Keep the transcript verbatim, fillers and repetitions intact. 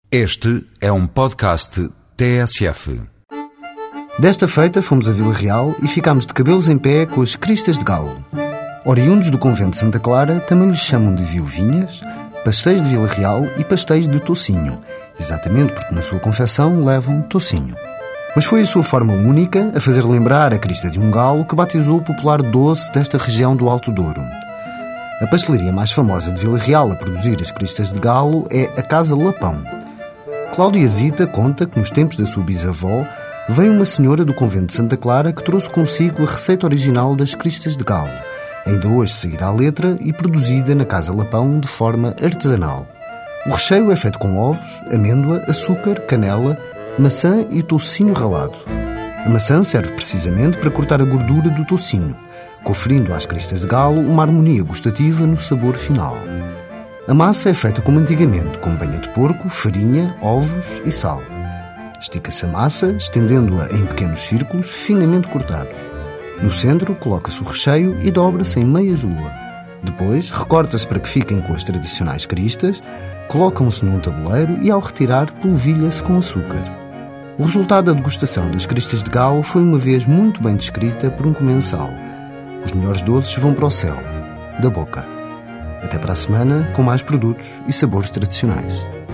Este é um podcast T S F. Desta feita fomos a Vila Real e ficámos de cabelos em pé com as cristas de galo. Oriundos do convento de Santa Clara, também lhes chamam de viuvinhas, pastéis de Vila Real e pastéis de tocinho, exatamente porque na sua confecção levam tocinho. Mas foi a sua forma única, a fazer lembrar a crista de um galo, que batizou o popular doce desta região do Alto Douro. A pastelaria mais famosa de Vila Real a produzir as cristas de galo é a Casa Lapão. Cláudia Zita conta que nos tempos da sua bisavó veio uma senhora do convento de Santa Clara que trouxe consigo a receita original das cristas de galo, ainda hoje seguida à letra e produzida na Casa Lapão de forma artesanal. O recheio é feito com ovos, amêndoa, açúcar, canela, maçã e toucinho ralado. A maçã serve precisamente para cortar a gordura do toucinho, conferindo às cristas de galo uma harmonia gustativa no sabor final. A massa é feita como antigamente, com banha de porco, farinha, ovos e sal. Estica-se a massa, estendendo-a em pequenos círculos finamente cortados. No centro, coloca-se o recheio e dobra-se em meias lua. Depois, recorta-se para que fiquem com as tradicionais cristas, colocam-se num tabuleiro e, ao retirar, polvilha-se com açúcar. O resultado da degustação das cristas de galo foi uma vez muito bem descrita por um comensal. Os melhores doces vão para o céu, da boca. Até para a semana, com mais produtos e sabores tradicionais.